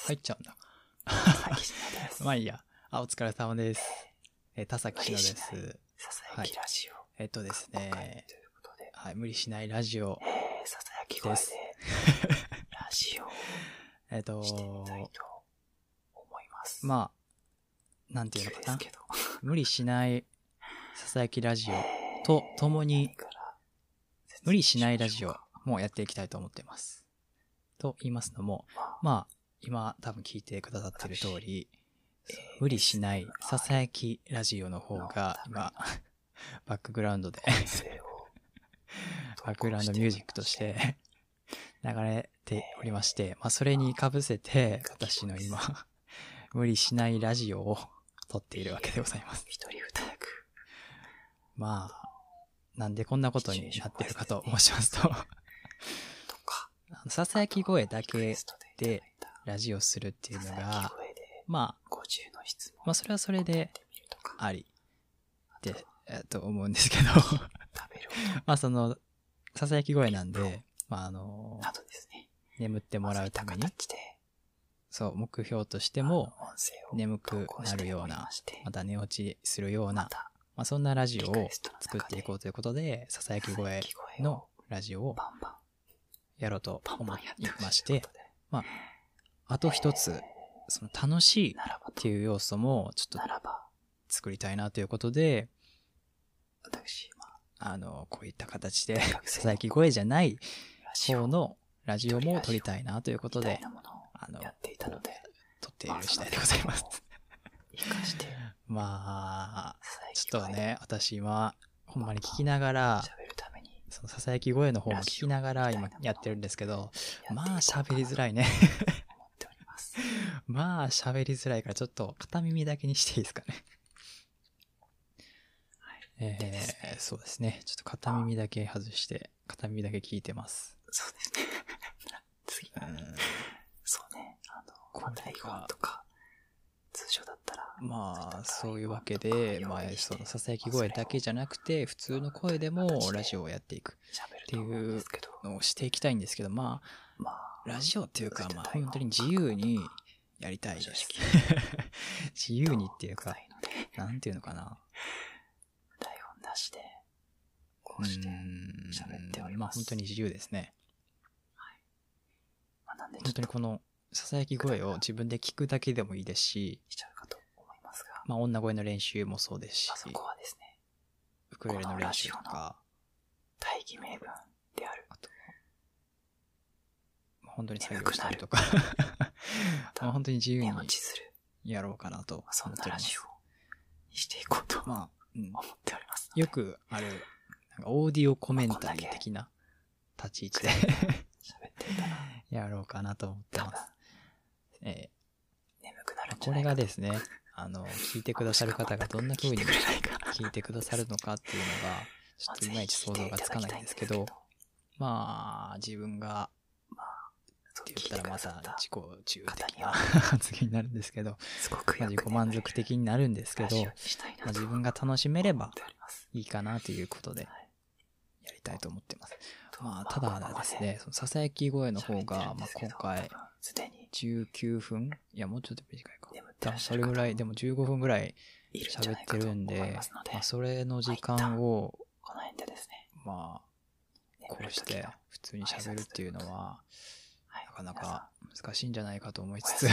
入っちゃうんだ。 田崎しのです。 まあいいや。お疲れ様です。田崎しのです。 ささやきラジオ。 ですね。 ということで。 はい、無理しないラジオ。 ささやき声で、ラジオをしてみたいと思います。 まあ、なんていうのかな。無理しないささやきラジオと共に、無理しないラジオもやっていきたいと思っています。と言いますのも、まあ、今多分聞いてくださっている通り、無理しないささやきラジオの方が今、バックグラウンドで、バックグラウンドミュージックとして流れておりまして、まあそれに被せて私の今、無理しないラジオを撮っているわけでございます。 一人二役。 まあ、なんでこんなことになっているかと申しますと、ささやき声だけでラジオするっていうのが、まあそれはそれでありってと思うんですけどまあそのささやき声なんで、まあ眠ってもらうために、そう目標としても眠くなるような、また寝落ちするような、まあそんなラジオを作っていこうということで、ささやき声のラジオをやろうと思いまして、まああと一つその楽しいっていう要素もちょっと作りたいなということで、こういった形でささやき声じゃない方のラジオも撮りたいなということで、撮っている次第でございます。まあちょっとね、私今ほんまに聞きながら、そのささやき声の方も聞きながら今やってるんですけど、まあ喋りづらいねまあ喋りづらいからちょっと片耳だけにしていいですかね。そうですね。ちょっと片耳だけ外して、片耳だけ聞いてます。 そうですね。次。そうね。台本とか、通常だったら。まあ、 そういうわけで、まあ、そのささやき声だけじゃなくて、普通の声でもラジオをやっていくっていうのをしていきたいんですけど、まあ、ラジオっていうか、まあ、本当に自由にやりたいです。自由にっていうか、なんていうのかな。 台本なしで、こうして喋っております。 まあ、本当に自由ですね。 はい。まあ、なんで本当にこのささやき声を自分で聞くだけでもいいですし、まあ、女声の練習もそうですし、 そこはですね、 ウクレレの練習とか、 大義名分である。あと、 本当に作業したりとか、まあ本当に自由にやろうかなと思っております。 そんなラジオにしていこうと思っております。 よくある、なんかオーディオコメンタリー的な立ち位置で喋っていたらやろうかなと思ってます。 眠くなるんじゃないかと。 これがですね、聞いてくださる方がどんな風に聞いてくださるのかっていうのが、ちょっといまいち想像がつかないんですけど、まあ、自分が、って言ったらまた自己中的な発言になるんですけど、まあ、自己満足的になるんですけど、まあ、自分が楽しめればいいかなということで、やりたいと思ってます。まあ、ただですね、そのささやき声の方が、まあ、今回、19分いや、もうちょっと短いか。それぐらい、でも15分ぐらい喋ってるんで、まあ、それの時間を、まあ、こうして普通に喋るっていうのは、なかなか難しいんじゃないかと思いつつ、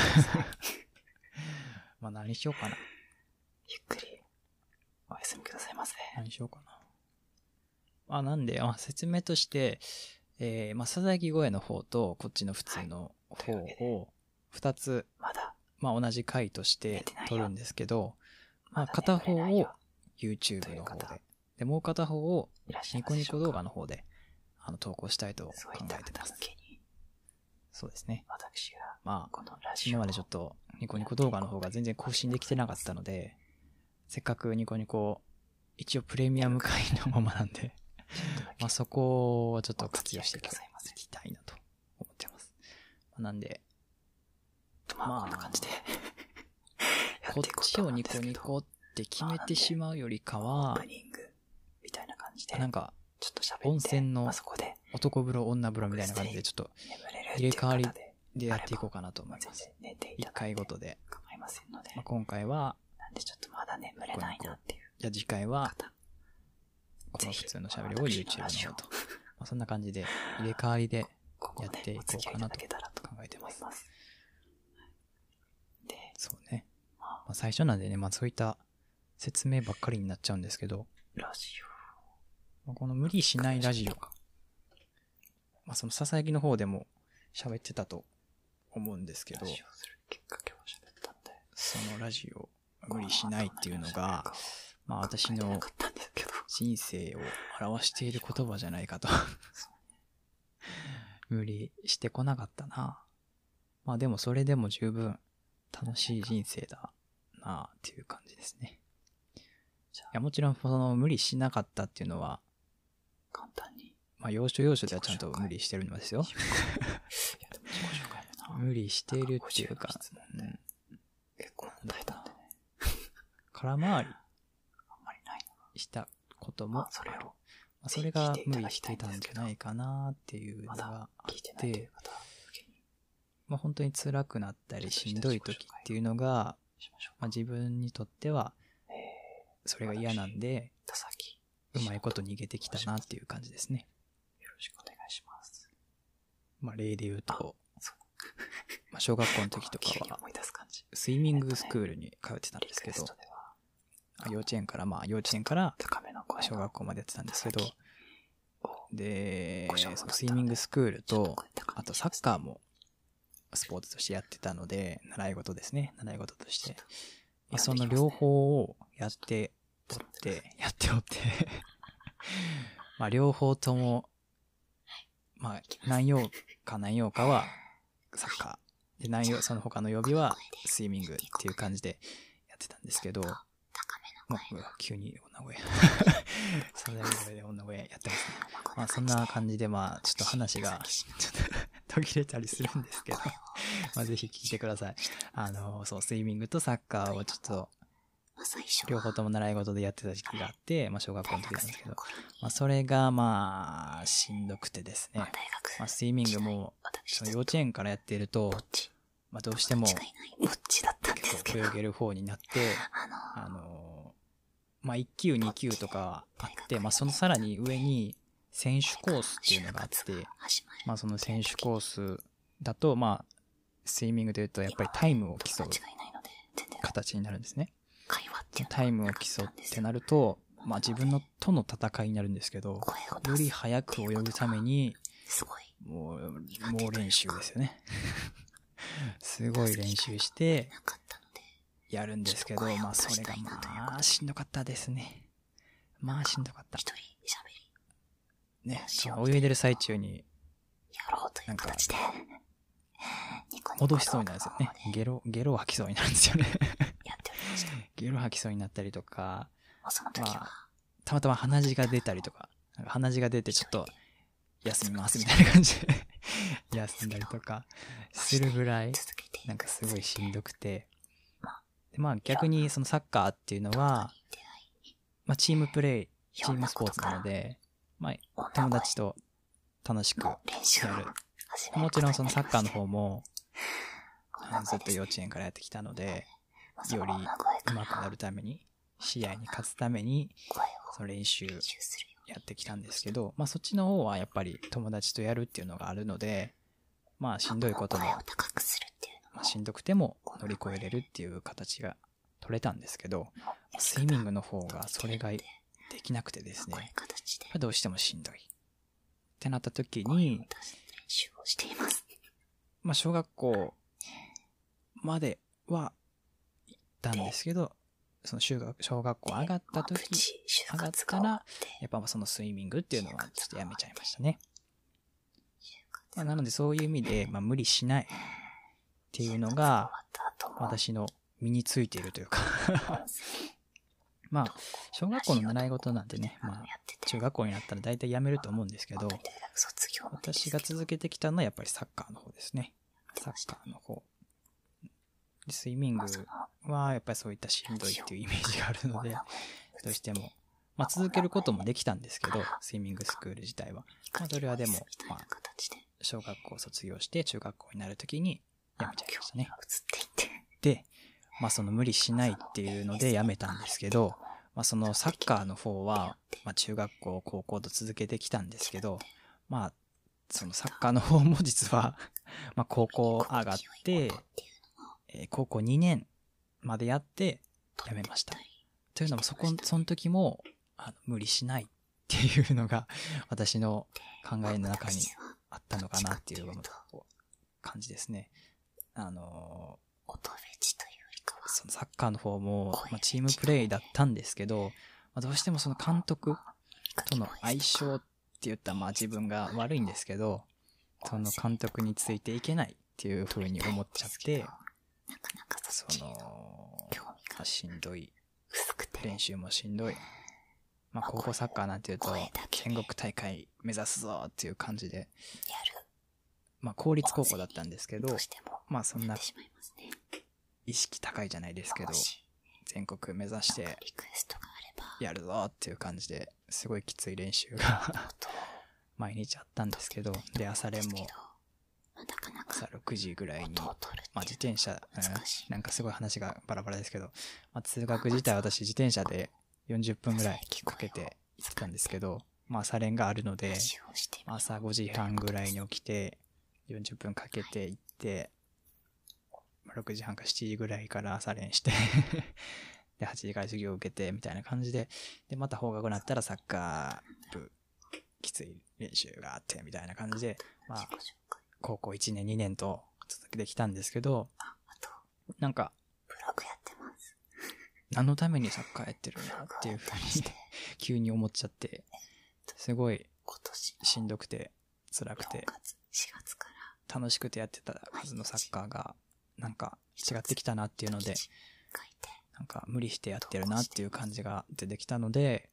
まあ何しようかな。 ゆっくりお休みくださいませ。 何しようかな。なんで、説明として、まあ、ささやき声の方と、こっちの普通の方を、2つ、まあ、同じ回として撮るんですけど、まあ、片方を YouTube の方で、で、もう片方をニコニコ動画の方で、投稿したいと考えてます。そうですね。まあ、今までちょっと、ニコニコ動画の方が全然更新できてなかったので、せっかくニコニコ、一応プレミアム会のままなんで、まあそこをちょっと活用していきたいなと思ってます。なんで、まあ、こんな感じでこっちをニコニコって決めてしまうよりかは、なんか、温泉の男風呂女風呂みたいな感じでちょっと入れ替わりでやっていこうかなと思います。1回ごとで。 構いませんので。 今回は、 なんでちょっとまだ眠れないなっていう。 じゃあ次回は、この普通の喋りを YouTube の方と。そんな感じで、入れ替わりでやっていこうかなと考えてます。そうね。最初なんでね、そういった説明ばっかりになっちゃうんですけど、 ラジオ。この無理しないラジオ。そのささやきの方でも喋ってたと思うんですけど、そのラジオ、無理しないっていうのが、私の人生を表している言葉じゃないかと。無理してこなかったな。でもそれでも十分楽しい人生だなっていう感じですね。いやもちろんその無理しなかったっていうのは、 簡単に。 要所要所ではちゃんと無理してるんですよ。無理しているっていうか、 結構大変だね。 空回りしたことも、それが無理してたんじゃないかなっていうのがあって、本当に辛くなったりしんどい時っていうのが、自分にとってはそれが嫌なんで、うまいこと逃げてきたなっていう感じですね。 よろしくお願いします。 例で言うと、小学校の時とかはスイミングスクールに通ってたんですけど、幼稚園から小学校までやってたんですけど、で、そのスイミングスクールと、あとサッカーもスポーツとしてやってたので、習い事として、その両方をやっておって、両方とも、何曜かはサッカー、で、その他の曜日はスイミングっていう感じでやってたんですけど、急に女声。それで女声やってますね。そんな感じで、ちょっと話が、ちょっと途切れたりするんですけど、ぜひ聞いてください。そう、スイミングとサッカーをちょっと、両方とも習い事でやってた時期があって、小学校の時なんですけど、それがしんどくてですね。スイミングも、その幼稚園からやっていると、どうしても、泳げる方になって、1級、2級とかあって、そのさらに上に選手コースっていうのがあって、その選手コースだと、スイミングで言うとやっぱりタイムを競う形になるんですね。タイムを競うってなると、自分との戦いになるんですけど、より早く泳ぐために、もう練習ですよね。すごい練習して、やるんですけど、それがしんどかったですね。しんどかった。ね、泳いでる最中に、戻しそうになるんですよね。ゲロを吐きそうになるんですよね。ゲロ吐きそうになったりとか、たまたま鼻血が出たりとか、鼻血が出てちょっと休みますみたいな感じで休んだりとかするぐらい、すごいしんどくて、で逆にそのサッカーっていうのは、チームプレイ、チームスポーツなので、友達と楽しくやる。もちろんそのサッカーの方も、ずっと幼稚園からやってきたので、より上手くなるために、試合に勝つために、その練習やってきたんですけど、そっちの方はやっぱり友達とやるっていうのがあるので、しんどいことも、しんどくても乗り越えれるっていう形が取れたんですけど、スイミングの方がそれができなくてですね、どうしてもしんどい。ってなった時に、小学校までは行ったんですけど、その小学校上がったら、やっぱそのスイミングっていうのはちょっとやめちゃいましたね。なのでそういう意味で、無理しないっていうのが、私の身についているというか小学校の習い事なんてね、中学校になったら大体やめると思うんですけど、私が続けてきたのはやっぱりサッカーの方ですね。サッカーの方。でスイミングはやっぱりそういったしんどいっていうイメージがあるので、どうしても、続けることもできたんですけど、スイミングスクール自体は。それはでも、 小学校を卒業して中学校になるときに辞めちゃいましたね。で、まあその無理しないっていうので辞めたんですけど、まあそのサッカーの方は、まあ中学校、高校と続けてきたんですけど、まあそのサッカーの方も実は、まあ高校上がって、高校2年までやって辞めました。というのもその時も無理しないっていうのが私の考えの中にあったのかなっていう感じですね。そのサッカーの方も、まあ、チームプレーだったんですけど、まあ、どうしてもその監督との相性って言ったらまあ自分が悪いんですけど、その監督についていけないっていう風に思っちゃって、しんどい。練習もしんどい。まあ高校サッカーなんて言うと、全国大会目指すぞっていう感じで、まあ公立高校だったんですけど、まあそんな意識高いじゃないですけど、全国目指してやるぞっていう感じで、すごいきつい練習が毎日あったんですけど、で朝練も朝6時ぐらいに、まあ自転車、なんかすごい話がバラバラですけど、まあ通学自体私自転車で40分ぐらいかけて行ってたんですけど、まあ朝練があるので、朝5時半ぐらいに起きて、40分かけて行って、6時半か7時ぐらいから朝練してで、8時から授業を受けて、みたいな感じで、で、また放課後になったらサッカー部、きつい練習があって、みたいな感じで、まあ、高校1年2年と続けてきたんですけど、なんか、何のためにサッカーやってるんだっていうふうに急に思っちゃって、すごいしんどくて辛くて楽しくてやってたはずのサッカーがなんか違ってきたなっていうので、なんか無理してやってるなっていう感じが出てきたので、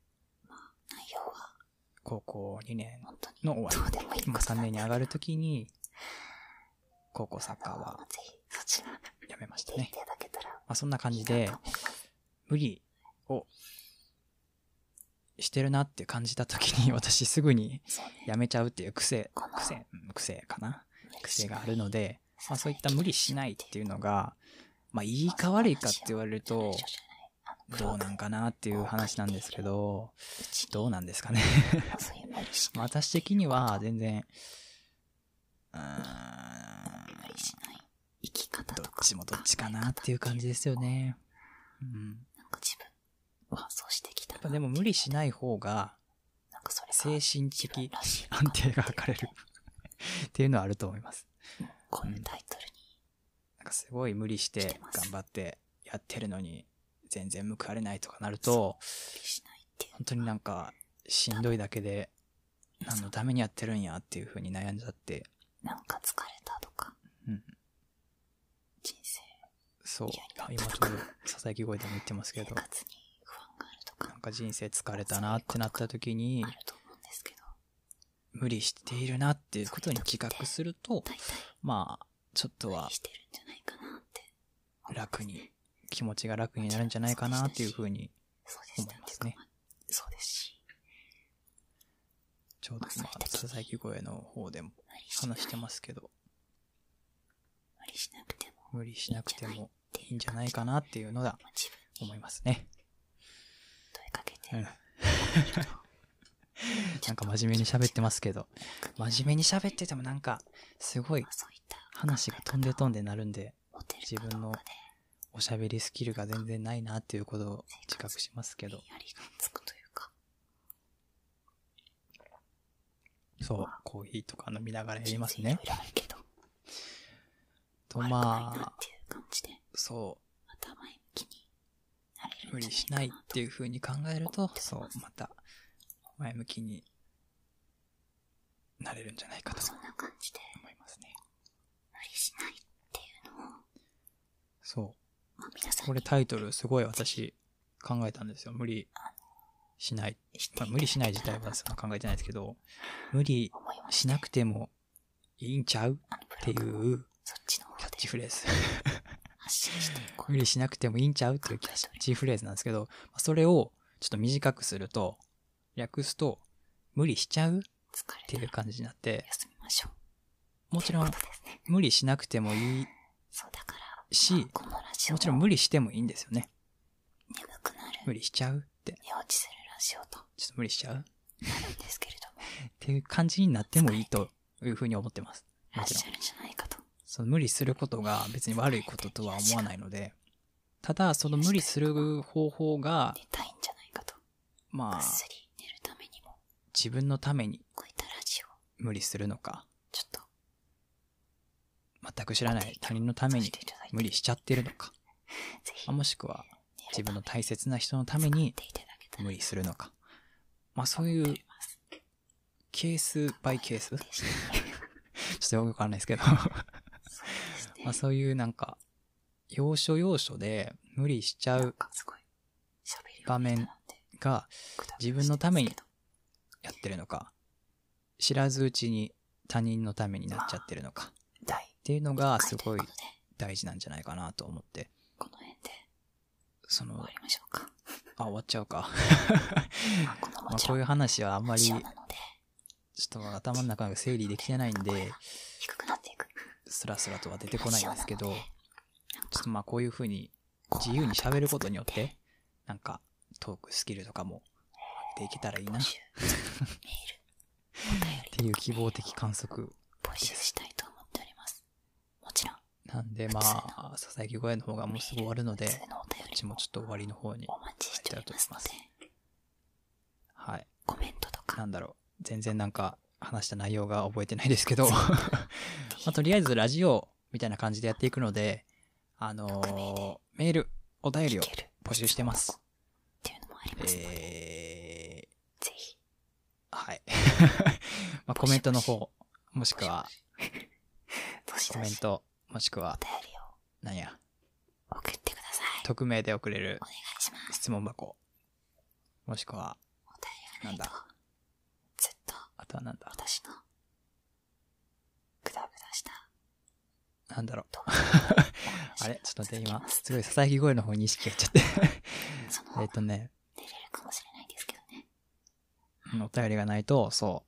高校2年の終わり、まあ3年に上がるときに高校サッカーはやめましたね。まあそんな感じで無理をしてるなって感じたときに私すぐにやめちゃうっていう癖かな、癖があるので、まあそういった無理しないっていうのが、まあいいか悪いかって言われるとどうなんかなっていう話なんですけど、どうなんですかね私的には全然どっちもどっちかなっていう感じですよね。うん。やっぱでも無理しない方が精神的安定が図れるっていうのはあると思います。このタイトルになんかすごい無理して頑張ってやってるのに全然報われないとかなると、本当になんかしんどいだけで何のためにやってるんやっていう風に悩んじゃって、なんか疲れたとか、うん、人生そう、今ちょっとささやき声でも言ってますけど、なんか人生疲れたなってなった時に無理しているなっていうことに自覚すると、まあちょっとは楽に、気持ちが楽になるんじゃないかなっていうふうに思いますね。ちょうど今ささやき声の方でも話してますけど、無理しなくてもいいんじゃないかなっていうのが思いますね。うん、なんか真面目に喋ってますけど、真面目に喋っててもなんかすごい話が飛んでなるんで、自分のおしゃべりスキルが全然ないなっていうことを自覚しますけど、そう、コーヒーとか飲みながらやりますね。とまあ、そう、無理しないっていう風に考えると、そう、また前向きになれるんじゃないかと思いますね。無理しないっていうのを、そう、これタイトルすごい私考えたんですよ。無理しない、まあ、無理しない自体はそんな考えてないですけど、無理しなくてもいいんちゃうっていうキャッチフレーズ無理しなくてもいいんちゃうっていうキャッチフレーズなんですけど、それをちょっと短くすると、略すと無理しちゃうっていう感じになって、 もちろん無理しなくてもいいそうだから、 し、 このラジオもちろん無理してもいいんですよね。 眠くなる、 無理しちゃうって。 寝落ちするラジオとちょっと無理しちゃうなるんですけれども。 っていう感じになってもいいというふうに思ってます。もちろんいらっしゃ。るんじゃないかと。 その無理することが別に悪いこととは思わないので、ただその無理する方法が、 寝たいんじゃないかと。 まあ、 ぐっすり寝るためにも、 自分のためにこういったラジオを無理するのか、 ちょっと全く知らない他人のために無理しちゃってるのか、 ぜひもしくは自分の大切な人のために使っていただけたら無理するのか。まあそういうケースバイケースちょっとよくわかんないですけどまあそういうなんか、要所要所で無理しちゃう場面が自分のためにやってるのか、知らずうちに他人のためになっちゃってるのかっていうのがすごい大事なんじゃないかなと思って、 この辺でその、 終わりましょうか。 終わっちゃうかこのまあこういう話はあんまりちょラジオなのでっと頭の中が整理できてないんで、 低くなっていく。 スラスラとは出てこないんですけど、ちょっとまあこういう風に自由に喋ることによって、なんかトークスキルとかも上げていけたらいいなっメール、お便りていう希望的観測募集したいと思っております。もちろん、 なんで、まあ、ささやき声の方がもうすぐ終わるので、 普通のお便こっりちもちょっと終わりの方にお待ちしておりますので、 はい。 コメントとか、 なんだろう。全然なんか話した内容が覚えてないですけど、まあ、とりあえずラジオみたいな感じでやっていくので、メール、お便りを募集してます。 っていうのもありますので、ぜひ、 はい。まあ、コメントの方、もしくは、 どしコメンどしト、もしくは、 お便りをなんや、 送ってください。 匿名で送れるお願いします。 質問箱、もしくは、 お便りがないと、ずっとあとはなんだ、 私のグダグダしたなんだろう。 とあれちょっと待って、今、すごい囁き声の方に意識がいっちゃってその寝れるかもしれないですけどね。 お便りがないと、そう、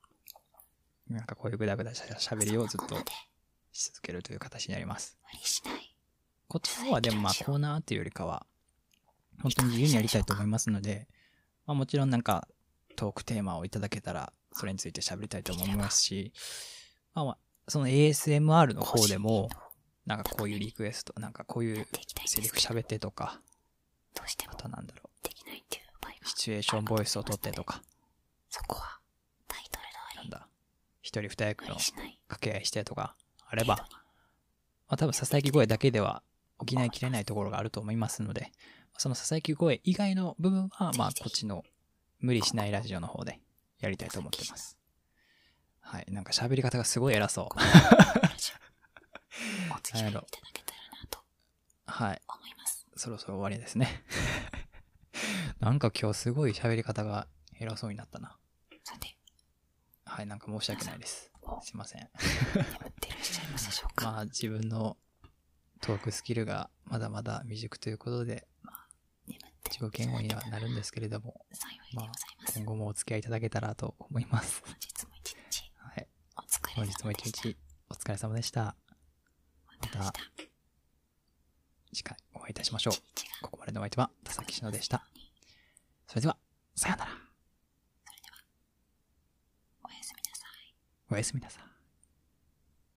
なんかこういうグダグダした喋りをずっとそんなこんなでし続けるという形になります。 無理しない。 こっちの方はでもまあコーナーっていうよりかは、本当に自由にやりたいと思いますので、まあもちろんなんかトークテーマをいただけたら、それについて喋りたいと思いますし、まあその ASMR の方でも、なんかこういうリクエスト、なんかこういうセリフ喋ってとか、 どうしてもあとなんだろできないっていう場合う、シチュエーションボイスを取ってとか、 そこはタイトル通りなんだ、一人二役無の理しない掛け合いしてとかあれば、 程度にまあ多分囁き声だけでは補いきれないところがあると思いますので、その囁き声以外の部分は、まあこっちの無理しないラジオの方でやりたいと思ってます。はい、なんか喋り方がすごい偉そう。 お付き合いいただけたらなとはい、 思います。 そろそろ終わりですね。なんか今日すごい喋り方が偉そうになったな。 さて、 はい、なんか申し訳ないです。すいません。 眠っていらっしゃいますでしょうか。 まあ自分のトークスキルがまだまだ未熟ということで、 眠って自己嫌悪にはなるんですけれども、 幸いでございます。 今後もお付き合いいただけたらと思います。 本日も一日はい。 お疲れ本日も一様でした。 日お疲れ様でした。 また明日次回お会いいたしましょう。 一日がここまでのお相手は田崎しのでした。それでは、さようなら。 おやすみなさい。 おやすみなさい。